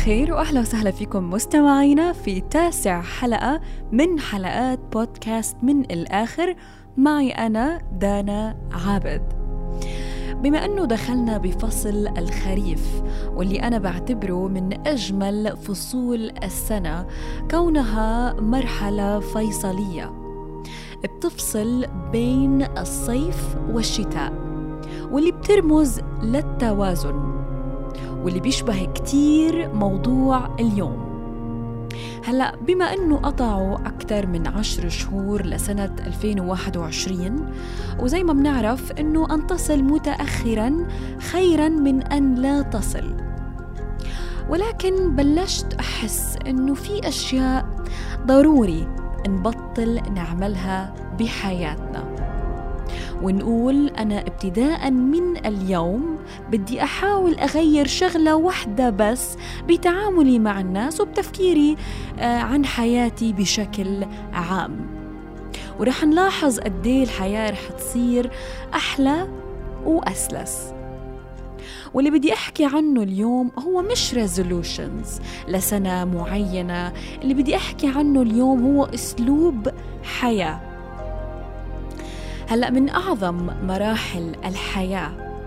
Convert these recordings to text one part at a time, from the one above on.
الخير وأهلا وسهلا فيكم مستمعينا في 9 حلقة من حلقات بودكاست من الآخر. معي أنا دانا عابد. بما أنه دخلنا بفصل الخريف واللي أنا بعتبره من أجمل فصول السنة، كونها مرحلة فيصلية بتفصل بين الصيف والشتاء، واللي بترمز للتوازن، واللي بيشبه كتير موضوع اليوم. هلأ بما أنه قطعوا أكثر من 10 شهور لسنة 2021، وزي ما بنعرف أنه أن تصل متأخراً خيراً من أن لا تصل، ولكن بلشت أحس أنه في أشياء ضروري نبطل نعملها بحياتنا، ونقول أنا ابتداء من اليوم بدي أحاول أغير شغلة واحدة بس بتعاملي مع الناس وبتفكيري عن حياتي بشكل عام، ورح نلاحظ قديه الحياة رح تصير أحلى وأسلس. واللي بدي أحكي عنه اليوم هو مش resolutions لسنة معينة، اللي بدي أحكي عنه اليوم هو أسلوب حياة. هلأ من أعظم مراحل الحياة،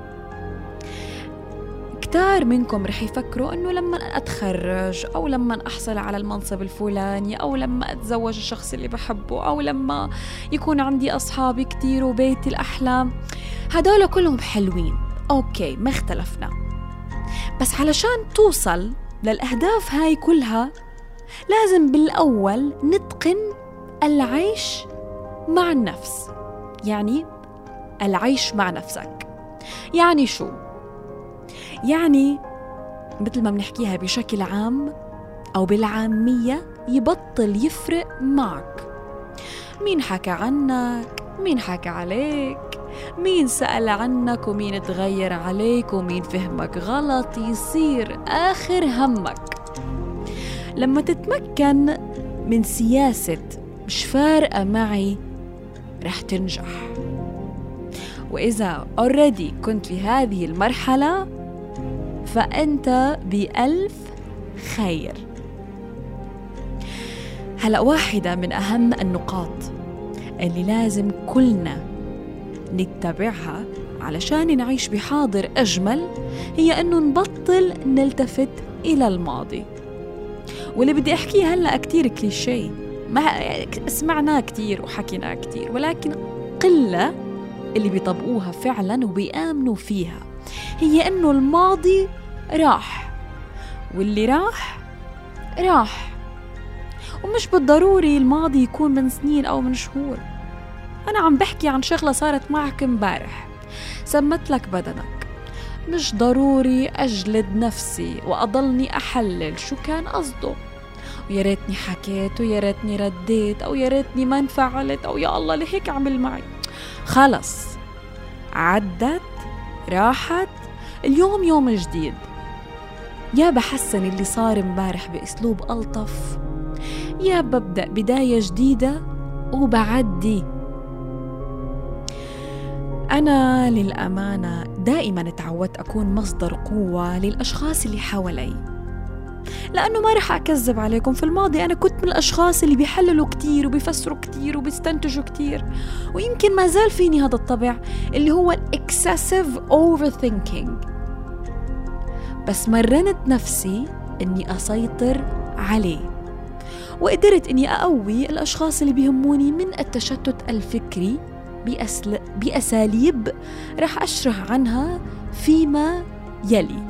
كتار منكم رح يفكروا أنه لما أتخرج أو لما أحصل على المنصب الفلاني أو لما أتزوج الشخص اللي بحبه أو لما يكون عندي أصحابي كتير وبيتي الأحلام، هدول كلهم حلوين، أوكي ما اختلفنا، بس علشان توصل للأهداف هاي كلها لازم بالأول نتقن العيش مع النفس. يعني العيش مع نفسك يعني شو؟ يعني مثل ما بنحكيها بشكل عام أو بالعامية، يبطل يفرق معك مين حكى عنك، مين حكى عليك، مين سأل عنك ومين تغير عليك ومين فهمك غلط. يصير آخر همك لما تتمكن من سياسة مش فارقة معي رح تنجح. وإذا already كنت في هذه المرحلة فأنت بألف خير. هلأ واحدة من أهم النقاط اللي لازم كلنا نتبعها علشان نعيش بحاضر أجمل هي أنه نبطل نلتفت إلى الماضي. واللي بدي أحكيه هلأ كتير كليشيه، ما سمعناه كتير وحكيناه كتير، ولكن قلة اللي بيطبقوها فعلا وبيآمنوا فيها. هي أنه الماضي راح، واللي راح، ومش بالضروري الماضي يكون من سنين أو من شهور. أنا عم بحكي عن شغلة صارت معك امبارح، سمت لك بدنك، مش ضروري أجلد نفسي وأضلني أحلل شو كان قصده، ويا ريتني حكيت ويا ريتني رديت أو يا ريتني ما انفعلت أو يا الله لهيك عمل معي. خلص عدت، راحت، اليوم يوم جديد. يا بحسن اللي صار امبارح بأسلوب ألطف، يا ببدأ بداية جديدة وبعدي. أنا للأمانة دائما تعودت أكون مصدر قوة للأشخاص اللي حوالي، لأنه ما رح أكذب عليكم، في الماضي أنا كنت من الأشخاص اللي بيحللوا كتير وبيفسروا كتير وبيستنتجوا كتير، ويمكن ما زال فيني هذا الطبع اللي هو excessive overthinking، بس مرنت نفسي أني أسيطر عليه، وقدرت أني أقوي الأشخاص اللي بيهموني من التشتت الفكري بأساليب رح أشرح عنها فيما يلي.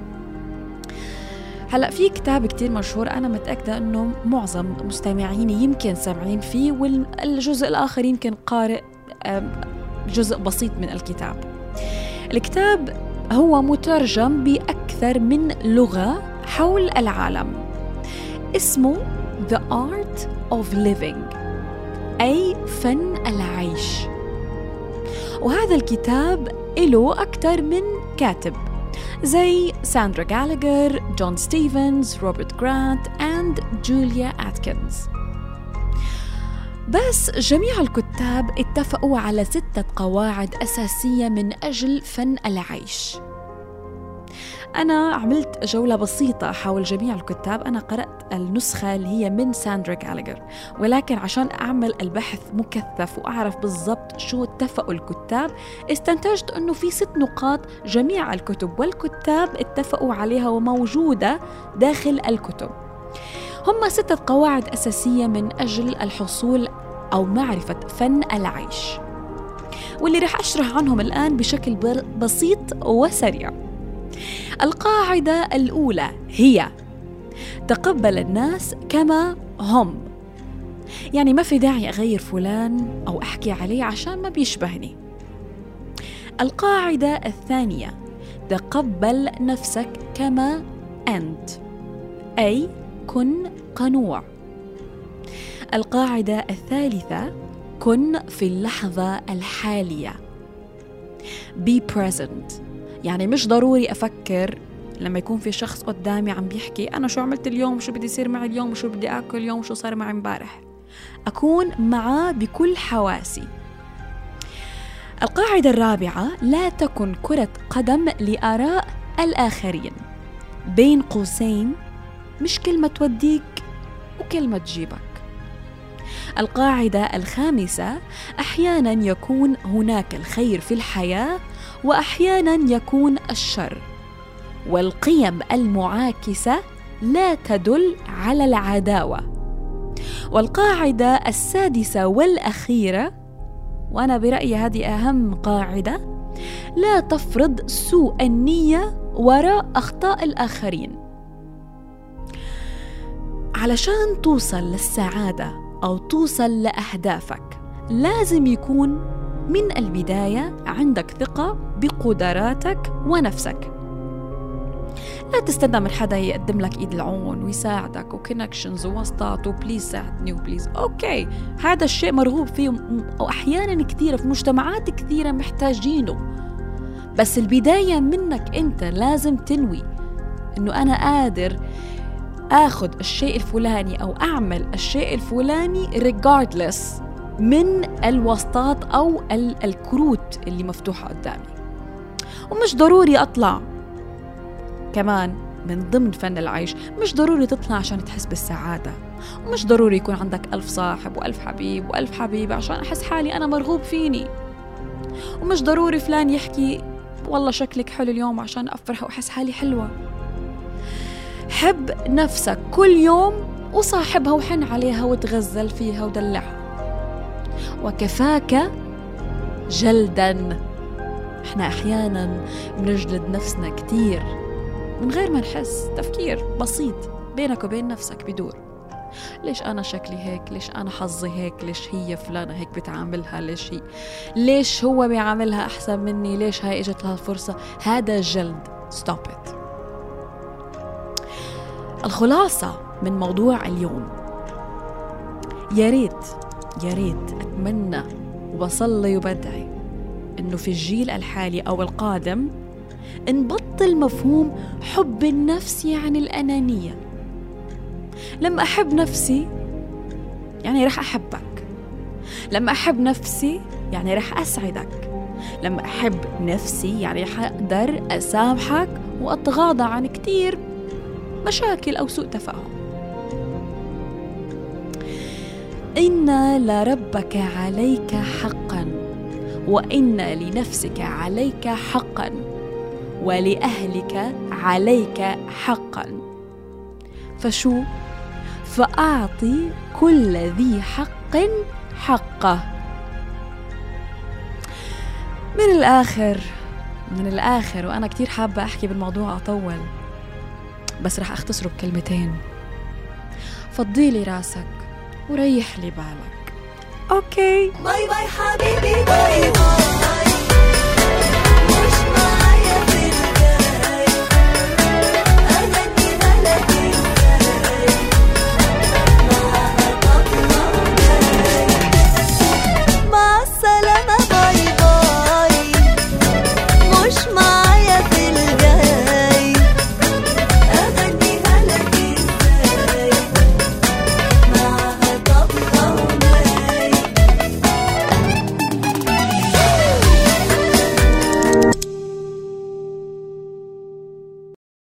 هلأ في كتاب كتير مشهور، أنا متأكدة أنه معظم مستمعيني يمكن سامعين فيه، والجزء الآخر يمكن قارئ جزء بسيط من الكتاب. الكتاب هو مترجم بأكثر من لغة حول العالم، اسمه The Art of Living، أي فن العيش. وهذا الكتاب له أكثر من كاتب زي ساندرا غالغر، جون ستيفنز، روبرت جرانت and جوليا أتكنز. بس جميع الكتاب اتفقوا على 6 قواعد أساسية من أجل فن العيش. أنا عملت جولة بسيطة حول جميع الكتاب. أنا قرأت النسخة اللي هي من ساندرا غالغر، ولكن عشان أعمل البحث مكثف وأعرف بالضبط شو اتفقوا الكتاب، استنتجت أنه في 6 نقاط جميع الكتب والكتاب اتفقوا عليها وموجودة داخل الكتب. هم 6 قواعد أساسية من أجل الحصول أو معرفة فن العيش، واللي رح أشرح عنهم الآن بشكل بسيط وسريع. القاعدة الأولى هي تقبل الناس كما هم، يعني ما في داعي أغير فلان أو أحكي عليه عشان ما بيشبهني. القاعدة الثانية تقبل نفسك كما أنت، أي كن قنوع. القاعدة الثالثة كن في اللحظة الحالية، be present، يعني مش ضروري أفكر لما يكون في شخص قدامي عم بيحكي أنا شو عملت اليوم وشو بدي يصير معي اليوم وشو بدي أكل اليوم وشو صار معي امبارح، أكون معاه بكل حواسي. القاعدة الرابعة لا تكن كرة قدم لآراء الآخرين، بين قوسين مش كلمة توديك وكلمة تجيبك. القاعدة الخامسة أحيانا يكون هناك الخير في الحياة وأحيانا يكون الشر، والقيم المعاكسة لا تدل على العداوة. والقاعدة السادسة والأخيرة، وأنا برأيي هذه أهم قاعدة، لا تفرض سوء النية وراء أخطاء الآخرين. علشان توصل للسعادة أو توصل لأهدافك لازم يكون من البداية عندك ثقة بقدراتك ونفسك. لا تستنى من حدا يقدم لك إيد العون ويساعدك وكونكشنز وواسطات وبليز ساعدني وبليز. أوكي، هذا الشيء مرغوب فيه وأحيانا كثيرة في مجتمعات كثيرة محتاجينه، بس البداية منك أنت. لازم تنوي إنه أنا قادر أخذ الشيء الفلاني أو أعمل الشيء الفلاني regardless من الواسطات أو الكروت اللي مفتوحة قدامي. ومش ضروري أطلع كمان من ضمن فن العيش، مش ضروري تطلع عشان تحس بالسعادة، ومش ضروري يكون عندك 1000 صاحب و1000 حبيب و1000 حبيبة عشان أحس حالي أنا مرغوب فيني، ومش ضروري فلان يحكي والله شكلك حلو اليوم عشان أفرح وأحس حالي حلوة. حب نفسك كل يوم وصاحبها وحن عليها وتغزل فيها ودلعها، وكفاك جلداً. احنا أحياناً بنجلد نفسنا كتير من غير ما نحس، تفكير بسيط بينك وبين نفسك بدور. ليش أنا شكلي هيك؟ ليش أنا حظي هيك؟ ليش هي فلانة هيك بتعاملها؟ ليش هو بيعاملها أحسن مني؟ ليش هاي إجت لها الفرصة؟ هذا جلد. stop it. الخلاصة من موضوع اليوم، يا ريت أتمنى وبصلي وبدعي إنه في الجيل الحالي أو القادم نبطل مفهوم حب النفس يعني الأنانية. لما أحب نفسي يعني رح أحبك، لما أحب نفسي يعني رح أسعدك، لما أحب نفسي يعني رح أقدر أسامحك وأتغاضى عن كتير مشاكل أو سوء تفاهم. إن لربك عليك حقا، وإن لنفسك عليك حقا، ولأهلك عليك حقا. فشو؟ فأعطي كل ذي حق حقه. من الآخر وأنا كتير حابة أحكي بالموضوع أطول، بس رح أختصره بكلمتين. فضيلي راسك وريح لي بالك. أوكي، باي باي حبيبي، باي باي.